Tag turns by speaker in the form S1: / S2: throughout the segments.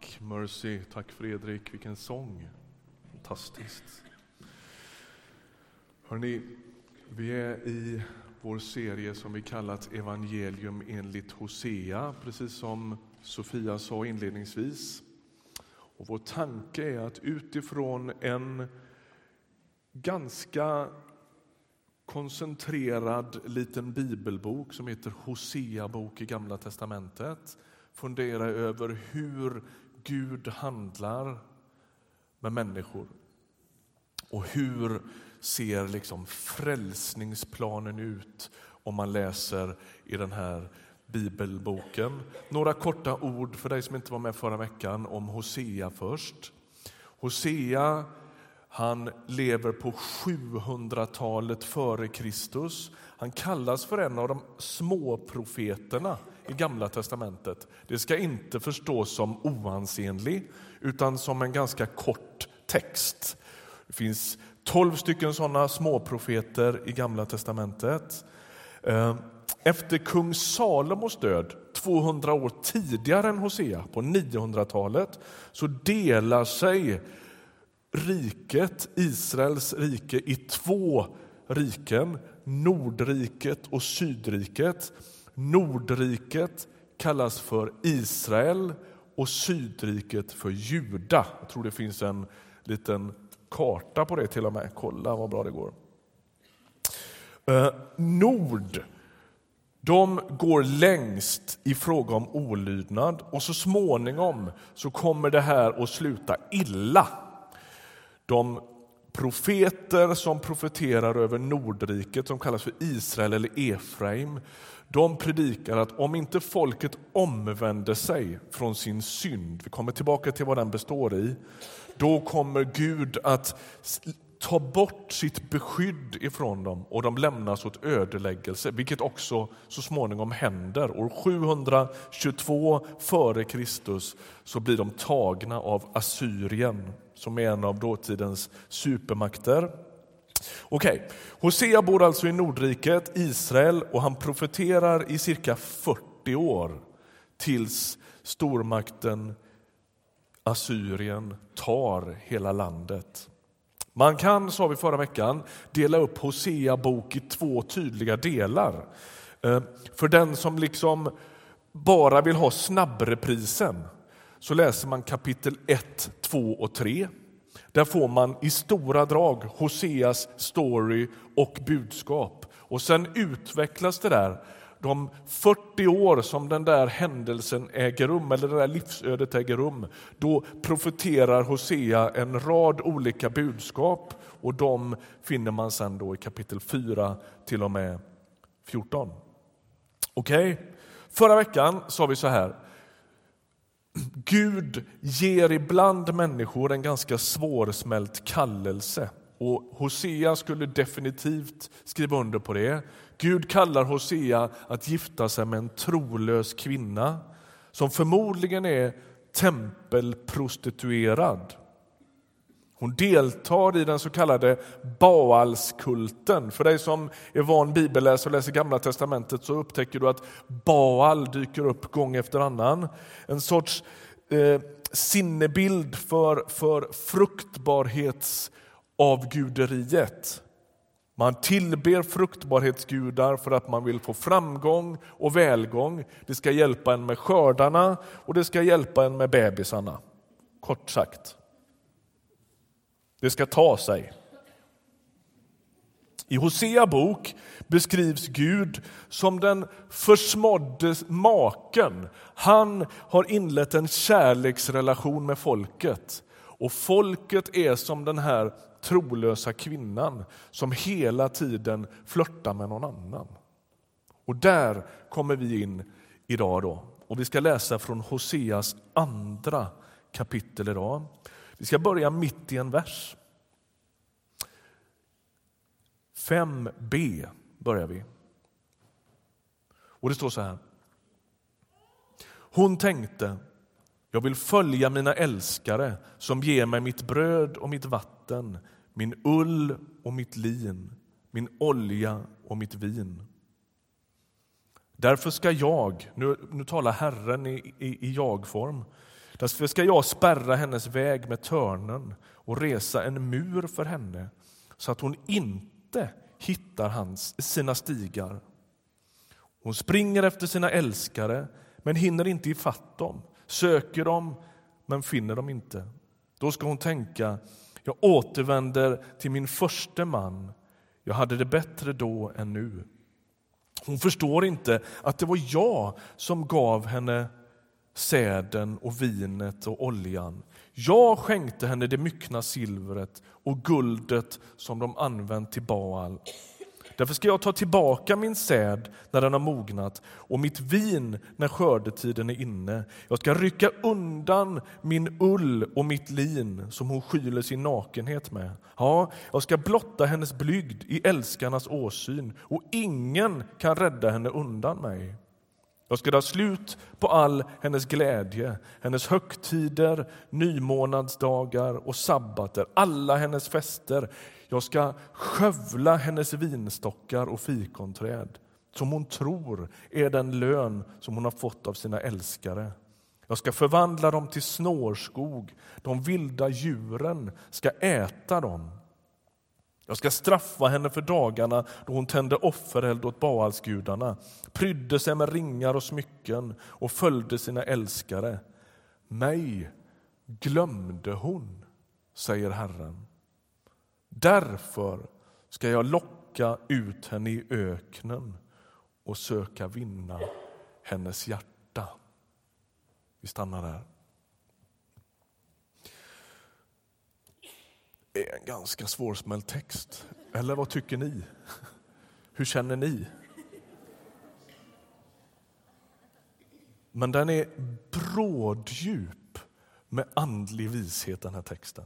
S1: Tack Mercy, tack Fredrik, vilken sång. Fantastiskt. Hörrni, vi är i vår serie som vi kallat Evangelium enligt Hosea, precis som Sofia sa inledningsvis. Och vår tanke är att utifrån en ganska koncentrerad liten bibelbok som heter Hosea bok i Gamla testamentet fundera över hur Gud handlar med människor. Och hur ser liksom frälsningsplanen ut om man läser i den här bibelboken. Några korta ord för dig som inte var med förra veckan om Hosea först. Hosea, han lever på 700-talet före Kristus. Han kallas för en av de små profeterna i Gamla testamentet. Det ska inte förstås som oansenlig utan som en ganska kort text. Det finns 12 stycken sådana småprofeter i Gamla testamentet. Efter kung Salomos död, 200 år tidigare än Hosea, på 900-talet, så delar sig riket, Israels rike, i 2 riken, Nordriket och Sydriket. Nordriket kallas för Israel och Sydriket för Juda. Jag tror det finns en liten karta på det till och med. Kolla vad bra det går. Nord, de går längst i fråga om olydnad och så småningom så kommer det här att sluta illa. De profeter som profeterar över Nordriket, som kallas för Israel eller Efraim, de predikar att om inte folket omvänder sig från sin synd, vi kommer tillbaka till vad den består i, då kommer Gud att ta bort sitt beskydd ifrån dem och de lämnas åt ödeläggelse, vilket också så småningom händer. År 722 före Kristus så blir de tagna av Assyrien, som är en av dåtidens supermakter. Okej, Hosea bor alltså i Nordriket, Israel, och han profeterar i cirka 40 år tills stormakten Assyrien tar hela landet. Man kan, sa vi förra veckan, dela upp Hosea bok i 2 tydliga delar. För den som liksom bara vill ha snabbreprisen så läser man kapitel 1, 2 och 3. Där får man i stora drag Hoseas story och budskap. Och sen utvecklas det där. De 40 år som den där händelsen äger rum, eller det där livsödet äger rum, då profeterar Hosea en rad olika budskap, och de finner man sen då i kapitel 4 till och med 14. Okej. Förra veckan sa vi så här: Gud ger ibland människor en ganska svårsmält kallelse. Och Hosea skulle definitivt skriva under på det. Gud kallar Hosea att gifta sig med en trolös kvinna som förmodligen är tempelprostituerad. Hon deltar i den så kallade Baalskulten. För dig som är van bibelläsare och läser Gamla testamentet så upptäcker du att Baal dyker upp gång efter annan. En sorts sinnebild för fruktbarhetsavguderiet. Man tillber fruktbarhetsgudar för att man vill få framgång och välgång. Det ska hjälpa en med skördarna och det ska hjälpa en med bebisarna. Kort sagt. Det ska ta sig. I Hosea bok beskrivs Gud som den försmådde maken. Han har inlett en kärleksrelation med folket. Och folket är som den här trolösa kvinnan som hela tiden flörtar med någon annan. Och där kommer vi in idag då. Och vi ska läsa från Hoseas 2 kapitel idag. Vi ska börja mitt i en vers. 5b börjar vi. Och det står så här: Hon tänkte: jag vill följa mina älskare som ger mig mitt bröd och mitt vatten, min ull och mitt lin, min olja och mitt vin. Därför ska jag, nu talar Herren i jag-form, Därför ska jag spärra hennes väg med törnen och resa en mur för henne så att hon inte hittar sina stigar. Hon springer efter sina älskare men hinner inte ifatt dem, söker dem men finner dem inte. Då ska hon tänka: jag återvänder till min första man. Jag hade det bättre då än nu. Hon förstår inte att det var jag som gav henne säden och vinet och oljan. Jag skänkte henne det myckna silvret och guldet som de använt till Baal. Därför ska jag ta tillbaka min säd när den har mognat och mitt vin när skördetiden är inne. Jag ska rycka undan min ull och mitt lin som hon skyler sin nakenhet med. Ja, jag ska blotta hennes blygd i älskarnas åsyn och ingen kan rädda henne undan mig. Jag ska ta slut på all hennes glädje, hennes högtider, nymånadsdagar och sabbater, alla hennes fester. Jag ska skövla hennes vinstockar och fikonträd som hon tror är den lön som hon har fått av sina älskare. Jag ska förvandla dem till snårskog, de vilda djuren ska äta dem. Jag ska straffa henne för dagarna då hon tände offereld åt Baalsgudarna, prydde sig med ringar och smycken och följde sina älskare. Mig glömde hon, säger Herren. Därför ska jag locka ut henne i öknen och söka vinna hennes hjärta. Vi stannar där. Det är en ganska svårsmält text. Eller vad tycker ni? Hur känner ni? Men den är bråddjup med andlig vishet, den här texten.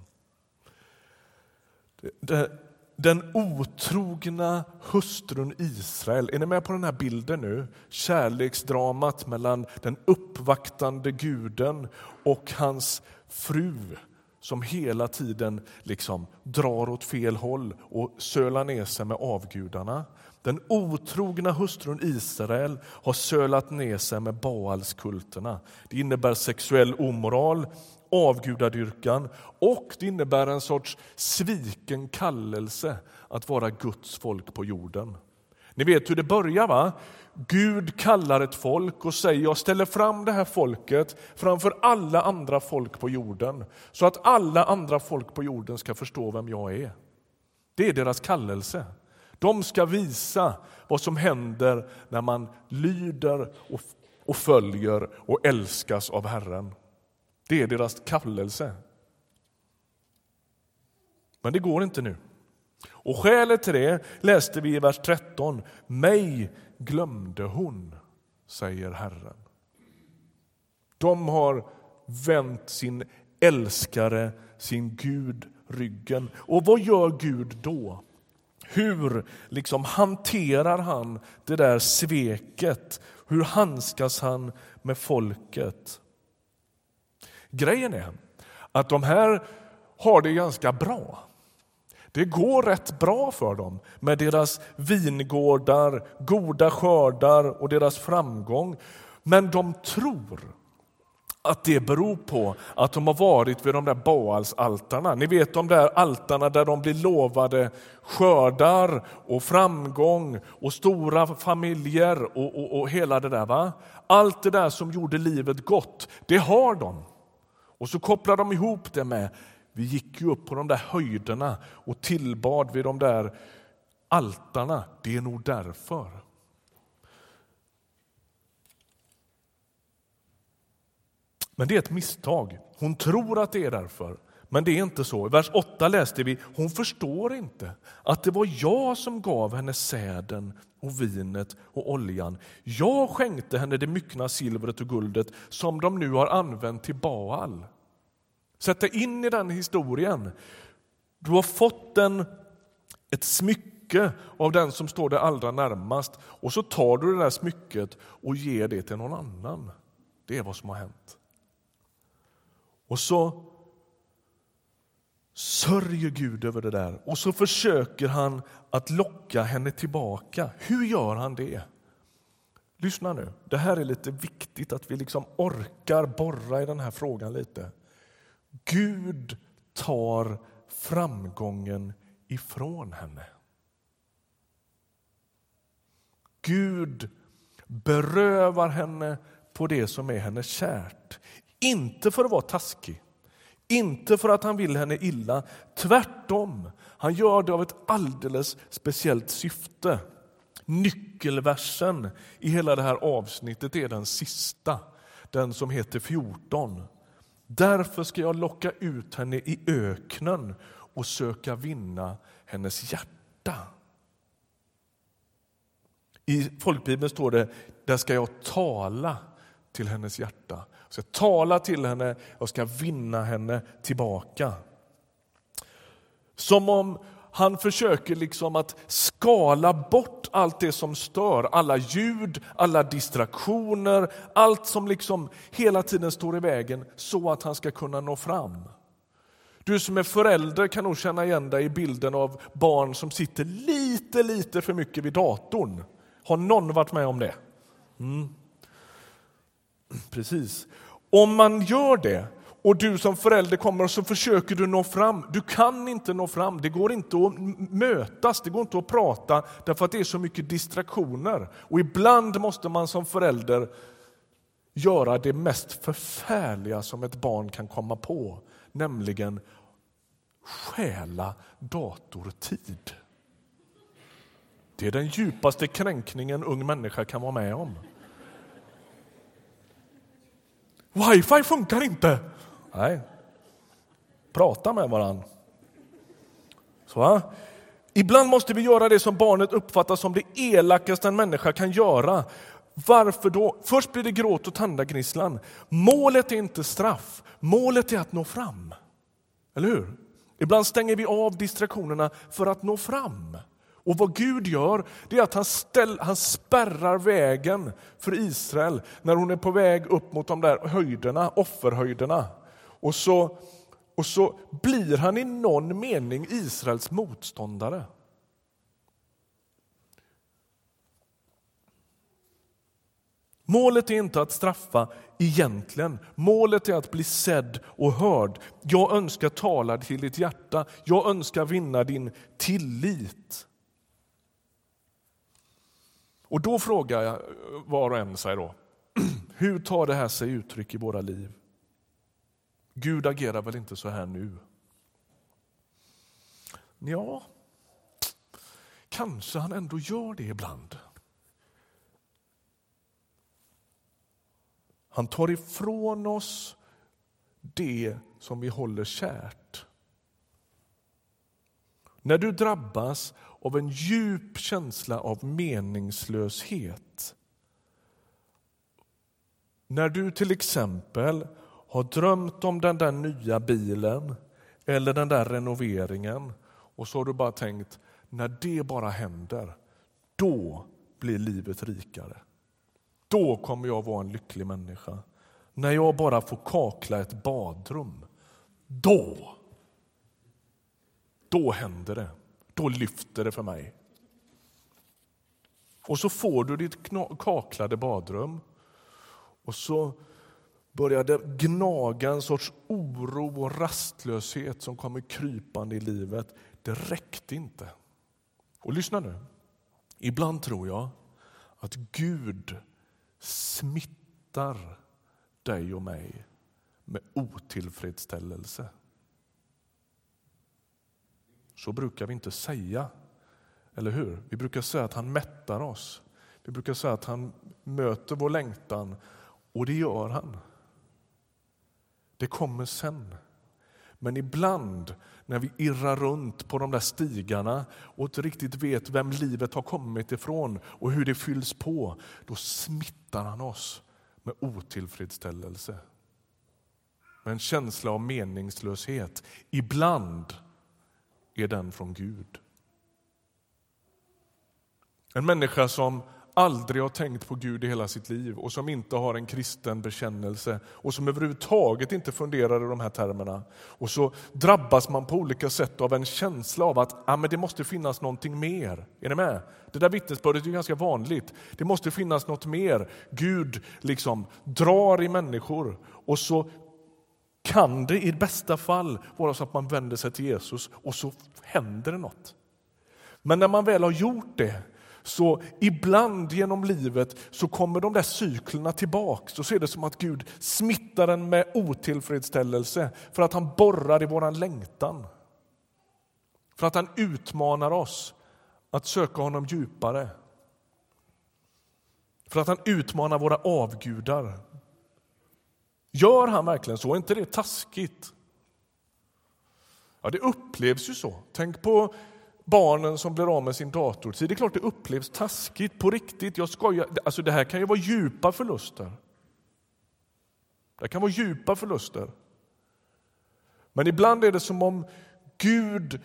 S1: Den otrogna hustrun Israel. Är ni med på den här bilden nu? Kärleksdramat mellan den uppvaktande guden och hans fru som hela tiden liksom drar åt fel håll och sölar ner sig med avgudarna. Den otrogna hustrun Israel har sölat ner sig med Baalskulterna. Det innebär sexuell omoral, avgudadyrkan och det innebär en sorts sviken kallelse att vara Guds folk på jorden. Ni vet hur det börjar, va? Gud kallar ett folk och säger: jag ställer fram det här folket framför alla andra folk på jorden så att alla andra folk på jorden ska förstå vem jag är. Det är deras kallelse. De ska visa vad som händer när man lyder och följer och älskas av Herren. Det är deras kallelse. Men det går inte nu. Och skälet till det läste vi i vers 13. Mig glömde hon, säger Herren. De har vänt sin älskare, sin Gud, ryggen. Och vad gör Gud då? Hur hanterar han det där sveket? Hur handskas han med folket? Grejen är att de här har det ganska bra. Det går rätt bra för dem med deras vingårdar, goda skördar och deras framgång. Men de tror att det beror på att de har varit vid de där Baalsaltarna. Ni vet de där altarna där de blir lovade skördar och framgång och stora familjer och hela det där, va? Allt det där som gjorde livet gott, det har de. Och så kopplar de ihop det med: vi gick ju upp på de där höjderna och tillbad vid de där altarna. Det är nog därför. Men det är ett misstag. Hon tror att det är därför. Men det är inte så. I vers 8 läste vi: hon förstår inte att det var jag som gav henne säden och vinet och oljan. Jag skänkte henne det myckna silvret och guldet som de nu har använt till Baal. Sätt dig in i den historien. Du har fått ett smycke av den som står där allra närmast och så tar du det där smycket och ger det till någon annan. Det är vad som har hänt. Och så sörjer Gud över det där och så försöker han att locka henne tillbaka. Hur gör han det? Lyssna nu, det här är lite viktigt att vi liksom orkar borra i den här frågan lite. Gud tar framgången ifrån henne. Gud berövar henne på det som är henne kärt. Inte för att vara taskig. Inte för att han vill henne illa. Tvärtom. Han gör det av ett alldeles speciellt syfte. Nyckelversen i hela det här avsnittet är den sista. Den som heter 14. Därför ska jag locka ut henne i öknen och söka vinna hennes hjärta. I folkbibeln står det, där ska jag tala till hennes hjärta. Jag ska tala till henne, jag ska vinna henne tillbaka. Som om han försöker liksom att skala bort allt det som stör, alla ljud, alla distraktioner, allt som liksom hela tiden står i vägen så att han ska kunna nå fram. Du som är förälder kan nog känna igen dig i bilden av barn som sitter lite för mycket vid datorn. Har någon varit med om det? Precis. Om man gör det och du som förälder kommer och så försöker du nå fram. Du kan inte nå fram. Det går inte att mötas. Det går inte att prata därför att det är så mycket distraktioner. Och ibland måste man som förälder göra det mest förfärliga som ett barn kan komma på. Nämligen stjäla datortid. Det är den djupaste kränkningen en ung människa kan vara med om. Wifi funkar inte. Nej. Prata med varandra. Så. Ibland måste vi göra det som barnet uppfattar som det elakaste en människa kan göra. Varför då? Först blir det gråt och tandagnisslan. Målet är inte straff. Målet är att nå fram. Eller hur? Ibland stänger vi av distraktionerna för att nå fram. Och vad Gud gör, det är att han spärrar vägen för Israel när hon är på väg upp mot de där höjderna, offerhöjderna. Och så blir han i någon mening Israels motståndare. Målet är inte att straffa egentligen. Målet är att bli sedd och hörd. Jag önskar tala till ditt hjärta. Jag önskar vinna din tillit. Och då frågar jag var och en sig då. Hur tar det här sig uttryck i våra liv? Gud agerar väl inte så här nu? Ja, kanske han ändå gör det ibland. Han tar ifrån oss det som vi håller kärt. När du drabbas av en djup känsla av meningslöshet. När du till exempel har drömt om den där nya bilen eller den där renoveringen och så har du bara tänkt, när det bara händer, då blir livet rikare. Då kommer jag vara en lycklig människa. När jag bara får kakla ett badrum, då händer det. Då lyfter det för mig. Och så får du ditt kaklade badrum. Och så börjar det gnaga en sorts oro och rastlöshet som kommer krypande i livet. Det räckte inte. Och lyssna nu. Ibland tror jag att Gud smittar dig och mig med otillfredsställelse. Så brukar vi inte säga, eller hur? Vi brukar säga att han mättar oss. Vi brukar säga att han möter vår längtan, och det gör han. Det kommer sen. Men ibland när vi irrar runt på de där stigarna och inte riktigt vet vem livet har kommit ifrån och hur det fylls på, då smittar han oss med otillfredsställelse. Med en känsla av meningslöshet. Ibland är den från Gud. En människa som aldrig har tänkt på Gud i hela sitt liv och som inte har en kristen bekännelse och som överhuvudtaget inte funderar i de här termerna. Och så drabbas man på olika sätt av en känsla av att men det måste finnas någonting mer. Är ni med? Det där vittnesbördet är ganska vanligt. Det måste finnas något mer. Gud liksom drar i människor och så kan det i bästa fall vara så att man vänder sig till Jesus och så händer det något. Men när man väl har gjort det, så ibland genom livet så kommer de där cyklerna tillbaks. Och så är det som att Gud smittar en med otillfredsställelse för att han borrar i våran längtan. För att han utmanar oss att söka honom djupare. För att han utmanar våra avgudar. Gör han verkligen så? Är inte det taskigt? Ja, det upplevs ju så. Tänk på barnen som blir av med sin datortid. Det är klart det upplevs taskigt på riktigt. Jag skojar. Alltså det här kan ju vara djupa förluster. Det kan vara djupa förluster. Men ibland är det som om Gud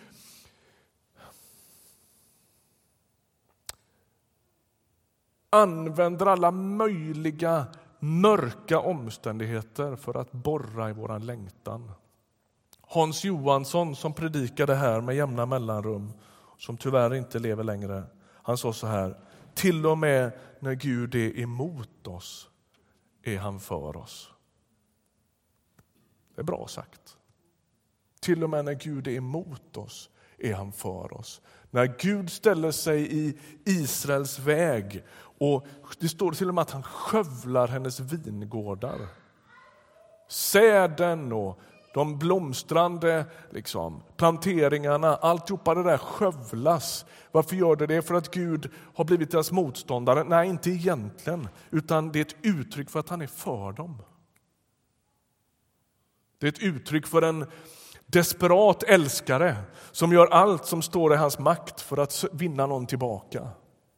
S1: använder alla möjliga mörka omständigheter för att borra i våran längtan. Hans Johansson som predikade här med jämna mellanrum, som tyvärr inte lever längre, han sa så här: till och med när Gud är emot oss är han för oss. Det är bra sagt. Till och med när Gud är emot oss är han för oss. När Gud ställer sig i Israels väg, och det står till och med att han skövlar hennes vingårdar. Säden och de blomstrande planteringarna, alltihopa det där skövlas. Varför gör det? För att Gud har blivit deras motståndare? Nej, inte egentligen. Utan det är ett uttryck för att han är för dem. Det är ett uttryck för en desperat älskare som gör allt som står i hans makt för att vinna någon tillbaka.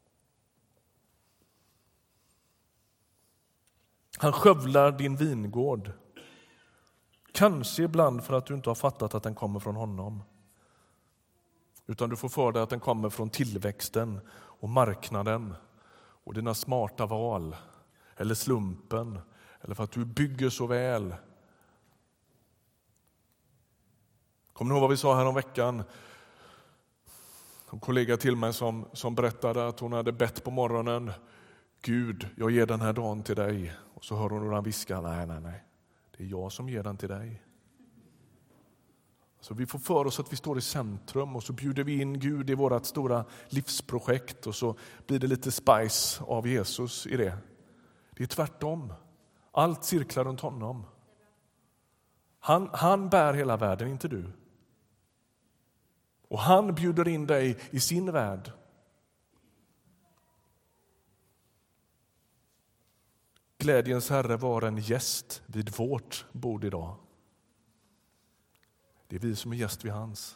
S1: Han skövlar din vingård. Kanske ibland för att du inte har fattat att den kommer från honom. Utan du får för dig att den kommer från tillväxten och marknaden och dina smarta val. Eller slumpen. Eller för att du bygger så väl. Kommer ni ihåg vad vi sa här om veckan? En kollega till mig som berättade att hon hade bett på morgonen. Gud, jag ger den här dagen till dig. Och så hör hon hur han viskar. Nej. Det är jag som ger den till dig. Så vi får för oss att vi står i centrum och så bjuder vi in Gud i vårt stora livsprojekt och så blir det lite spice av Jesus i det. Det är tvärtom. Allt cirklar runt honom. Han bär hela världen, inte du. Och han bjuder in dig i sin värld. Glädjens Herre var en gäst vid vårt bord idag. Det är vi som är gäst vid hans.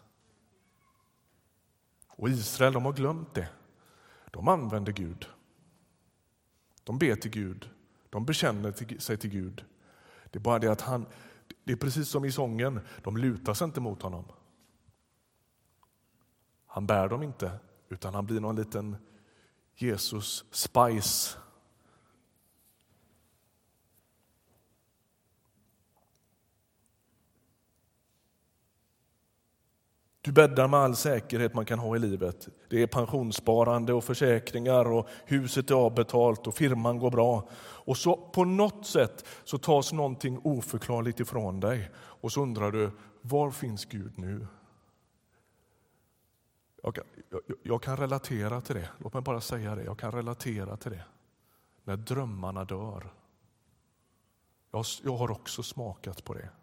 S1: Och Israel, de har glömt det. De använder Gud. De ber till Gud. De bekänner sig till Gud. Det är bara det att det är precis som i sången. De lutar sig inte mot honom. Han bär dem inte, utan han blir någon liten Jesus spice. Du bäddar med all säkerhet man kan ha i livet. Det är pensionssparande och försäkringar och huset är avbetalt och firman går bra. Och så på något sätt så tas någonting oförklarligt ifrån dig. Och så undrar du, var finns Gud nu? Jag kan relatera till det. Låt mig bara säga det. Jag kan relatera till det. När drömmarna dör. Jag har också smakat på det.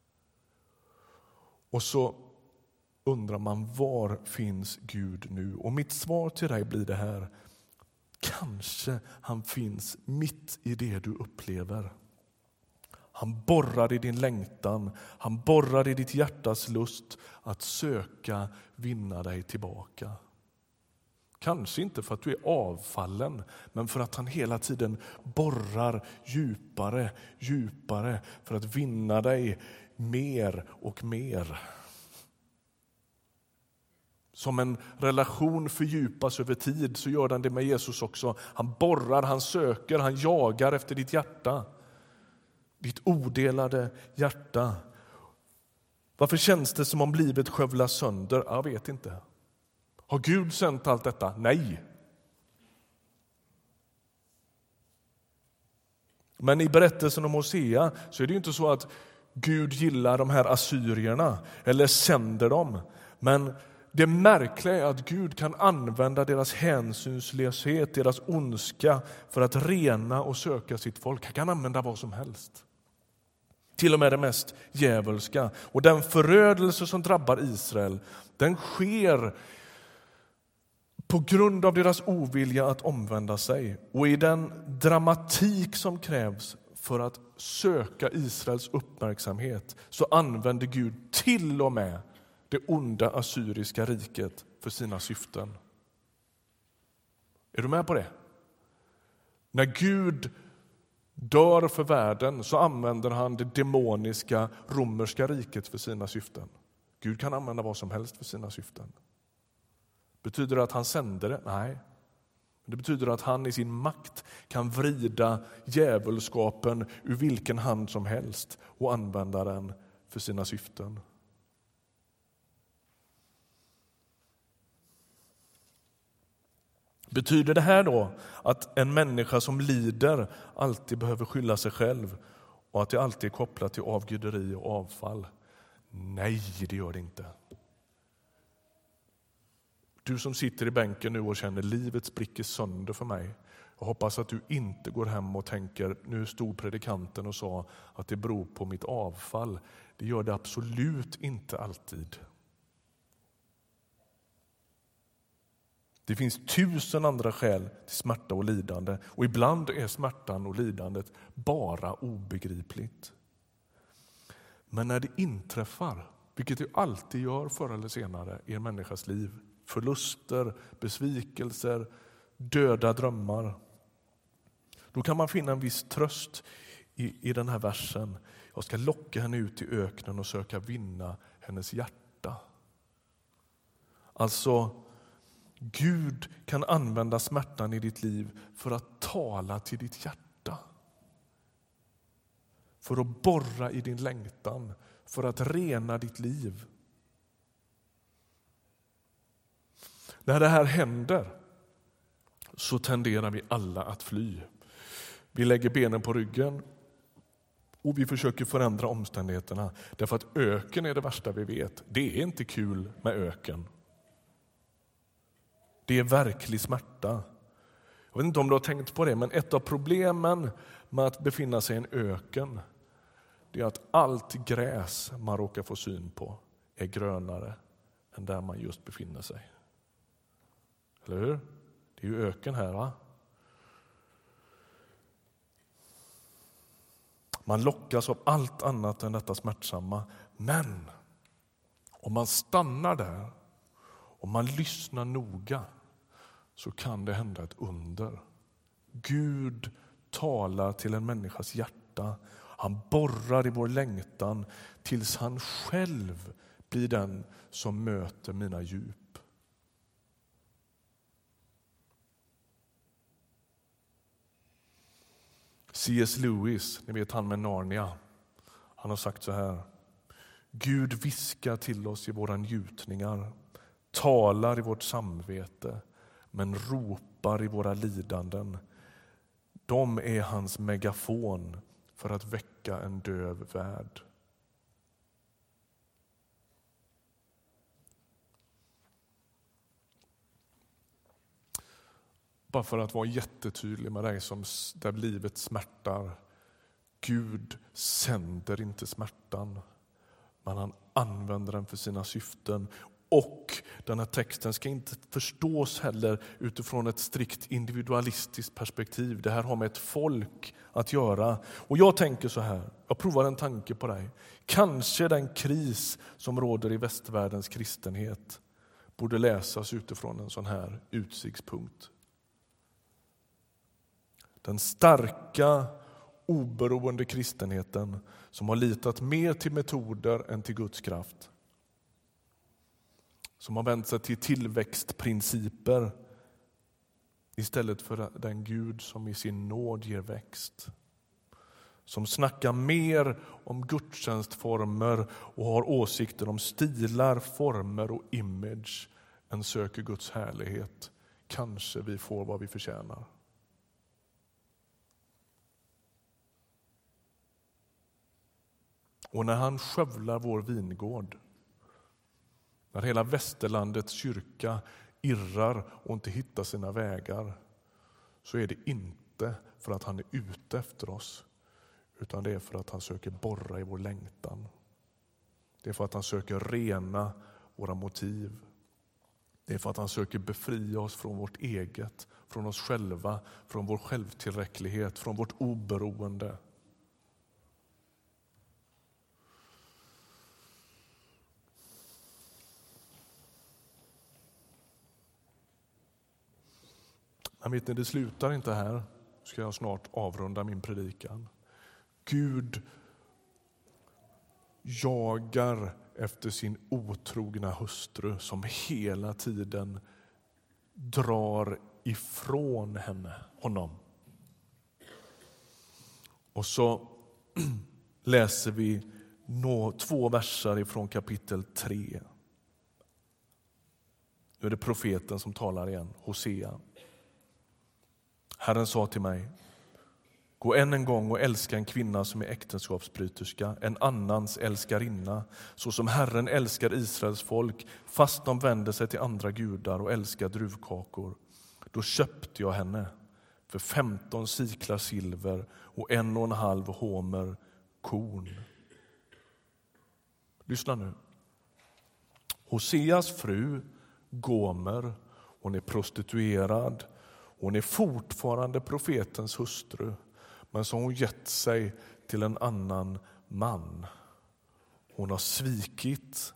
S1: Och så undrar man, var finns Gud nu? Och mitt svar till dig blir det här. Kanske han finns mitt i det du upplever. Han borrar i din längtan. Han borrar i ditt hjärtas lust att söka vinna dig tillbaka. Kanske inte för att du är avfallen, men för att han hela tiden borrar djupare, djupare för att vinna dig mer och mer. Som en relation fördjupas över tid så gör den det med Jesus också. Han borrar, han söker, han jagar efter ditt hjärta. Ditt odelade hjärta. Varför känns det som om livet skövlas sönder? Jag vet inte. Har Gud sänt allt detta? Nej. Men i berättelsen om Hosea så är det ju inte så att Gud gillar de här assyrierna eller sänder dem. Men det märkliga är att Gud kan använda deras hänsynslöshet, deras ondska för att rena och söka sitt folk. Han kan använda vad som helst. Till och med det mest djävulska. Och den förödelse som drabbar Israel, den sker på grund av deras ovilja att omvända sig. Och i den dramatik som krävs för att söka Israels uppmärksamhet så använder Gud till och med det onda assyriska riket för sina syften. Är du med på det? När Gud dör för världen så använder han det demoniska romerska riket för sina syften. Gud kan använda vad som helst för sina syften. Betyder det att han sänder det? Nej. Det betyder att han i sin makt kan vrida djävulskapen ur vilken hand som helst och använda den för sina syften. Betyder det här då att en människa som lider alltid behöver skylla sig själv och att det alltid är kopplat till avguderi och avfall? Nej, det gör det inte. Du som sitter i bänken nu och känner livet spricker sönder för mig. Jag hoppas att du inte går hem och tänker, nu stod predikanten och sa att det beror på mitt avfall. Det gör det absolut inte alltid. Det finns 1000 andra skäl till smärta och lidande. Och ibland är smärtan och lidandet bara obegripligt. Men när det inträffar, vilket det alltid gör förr eller senare i en människas liv, förluster, besvikelser, döda drömmar, då kan man finna en viss tröst i den här versen. Jag ska locka henne ut i öknen och söka vinna hennes hjärta. Alltså, Gud kan använda smärtan i ditt liv för att tala till ditt hjärta. För att borra i din längtan, för att rena ditt liv. När det här händer så tenderar vi alla att fly. Vi lägger benen på ryggen och vi försöker förändra omständigheterna. Därför att öken är det värsta vi vet. Det är inte kul med öken. Det är verklig smärta. Jag vet inte om du har tänkt på det, men ett av problemen med att befinna sig i en öken, det är att allt gräs man råkar få syn på är grönare än där man just befinner sig. Eller hur? Det är ju öken här, va? Man lockas av allt annat än detta smärtsamma. Men om man stannar där, om man lyssnar noga, så kan det hända ett under. Gud talar till en människas hjärta. Han borrar i vår längtan tills han själv blir den som möter mina djup. C.S. Lewis, ni vet han med Narnia, han har sagt så här: Gud viskar till oss i våra njutningar, talar i vårt samvete, men ropar i våra lidanden. De är hans megafon för att väcka en döv värld. Bara för att vara jättetydlig med dig som där livet smärtar. Gud sänder inte smärtan, men han använder den för sina syften. Och den här texten ska inte förstås heller utifrån ett strikt individualistiskt perspektiv. Det här har med ett folk att göra. Och jag tänker så här, jag provar en tanke på dig. Kanske den kris som råder i västvärldens kristenhet borde läsas utifrån en sån här utsiktspunkt. Den starka, oberoende kristenheten som har litat mer till metoder än till Guds kraft. som har vänt sig till tillväxtprinciper istället för den Gud som i sin nåd ger växt. Som snackar mer om gudstjänstformer och har åsikter om stilar, former och image än söker Guds härlighet. Kanske vi får vad vi förtjänar. Och när han skövlar vår vingård, när hela västerlandets kyrka irrar och inte hittar sina vägar, så är det inte för att han är ute efter oss, utan det är för att han söker borra i vår längtan. Det är för att han söker rena våra motiv. Det är för att han söker befria oss från vårt eget, från oss själva, från vår självtillräcklighet, från vårt oberoende. Men vet ni, det slutar inte här. Ska jag snart avrunda min predikan. Gud jagar efter sin otrogna hustru som hela tiden drar ifrån honom. Och så läser vi 2 verser ifrån kapitel 3. Nu är det profeten som talar igen, Hosea. Herren sa till mig: gå än en gång och älska en kvinna som är äktenskapsbryterska, en annans älskarinna, så som Herren älskar Israels folk, fast de vänder sig till andra gudar och älskar druvkakor. Då köpte jag henne för 15 siklar silver och 1,5 homer korn. Lyssna nu. Hoseas fru Gomer, hon är prostituerad. Hon är fortfarande profetens hustru, men så har hon gett sig till en annan man. Hon har svikit.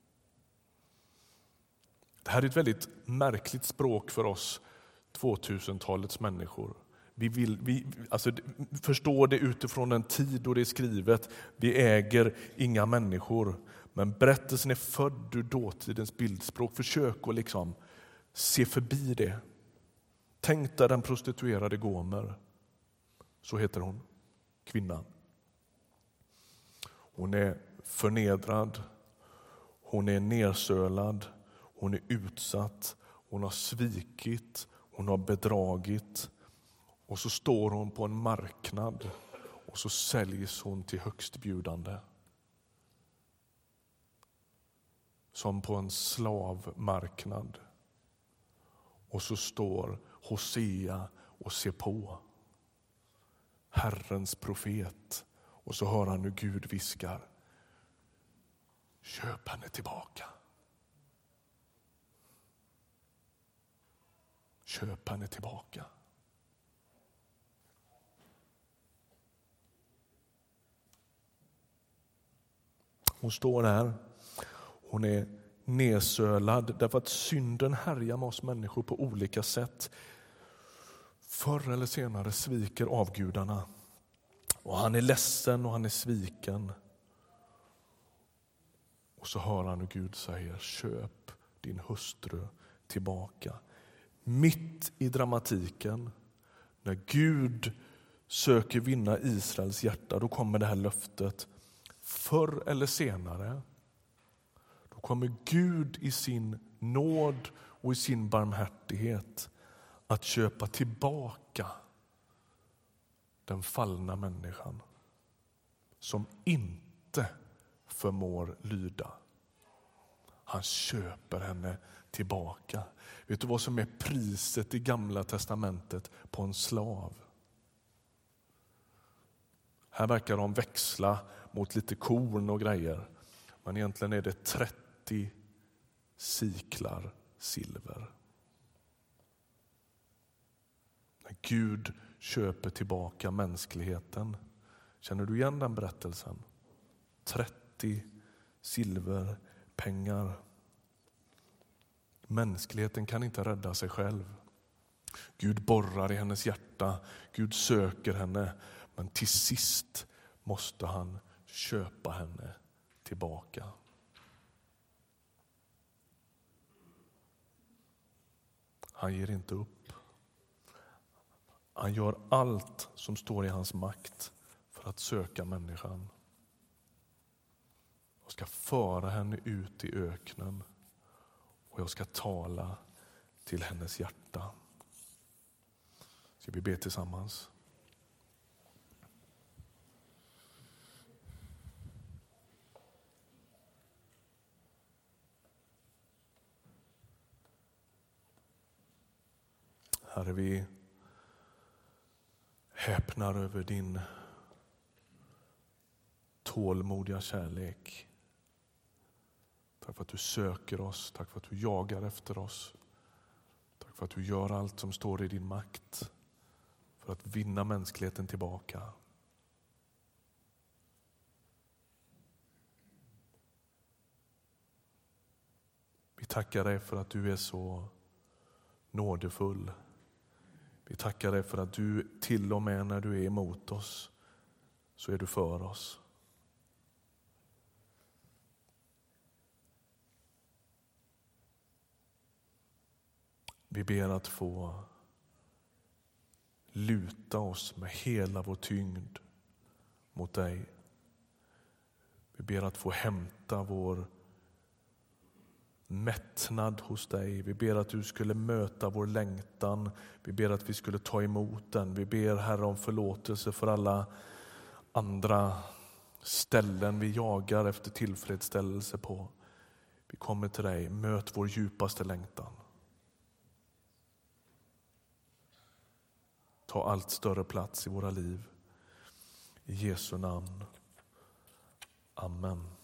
S1: Det här är ett väldigt märkligt språk för oss 2000-talets människor. Vi förstår det utifrån den tid då det är skrivet. Vi äger inga människor, men berättelsen är född ur dåtidens bildspråk. Försök att se förbi det. Tänk dig den prostituerade Gomer. Så heter hon, kvinnan. Hon är förnedrad. Hon är nersölad. Hon är utsatt. Hon har svikit. Hon har bedragit. Och så står hon på en marknad. Och så säljs hon till högstbjudande. Som på en slavmarknad. Och så står Hosea och ser på. Herrens profet. Och så hör han hur Gud viskar: köp henne tillbaka. Köp henne tillbaka. Hon står här. Hon är nedsölad därför att synden härjar med oss människor på olika sätt. Förr eller senare sviker avgudarna. Och han är ledsen och han är sviken. Och så hör han hur Gud säger: köp din hustru tillbaka. Mitt i dramatiken, när Gud söker vinna Israels hjärta, då kommer det här löftet. Förr eller senare då kommer Gud i sin nåd och i sin barmhärtighet att köpa tillbaka den fallna människan som inte förmår lyda. Han köper henne tillbaka. Vet du vad som är priset i Gamla testamentet på en slav? Här verkar de växla mot lite korn och grejer. Men egentligen är det 30 siklar silver. När Gud köper tillbaka mänskligheten. Känner du igen den berättelsen? 30 silverpengar. Mänskligheten kan inte rädda sig själv. Gud borrar i hennes hjärta. Gud söker henne. Men till sist måste han köpa henne tillbaka. Han ger inte upp. Han gör allt som står i hans makt för att söka människan. Jag ska föra henne ut i öknen och jag ska tala till hennes hjärta. Ska vi be tillsammans? Herre, vi häpnar över din tålmodiga kärlek. Tack för att du söker oss, tack för att du jagar efter oss. Tack för att du gör allt som står i din makt för att vinna mänskligheten tillbaka. Vi tackar dig för att du är så nådefull. Vi tackar dig för att du till och med när du är emot oss så är du för oss. Vi ber att få luta oss med hela vår tyngd mot dig. Vi ber att få hämta vår mättnad hos dig. Vi ber att du skulle möta vår längtan. Vi ber att vi skulle ta emot den. Vi ber, Herre, om förlåtelse för alla andra ställen vi jagar efter tillfredsställelse på. Vi kommer till dig. Möt vår djupaste längtan. Ta allt större plats i våra liv. I Jesu namn. Amen.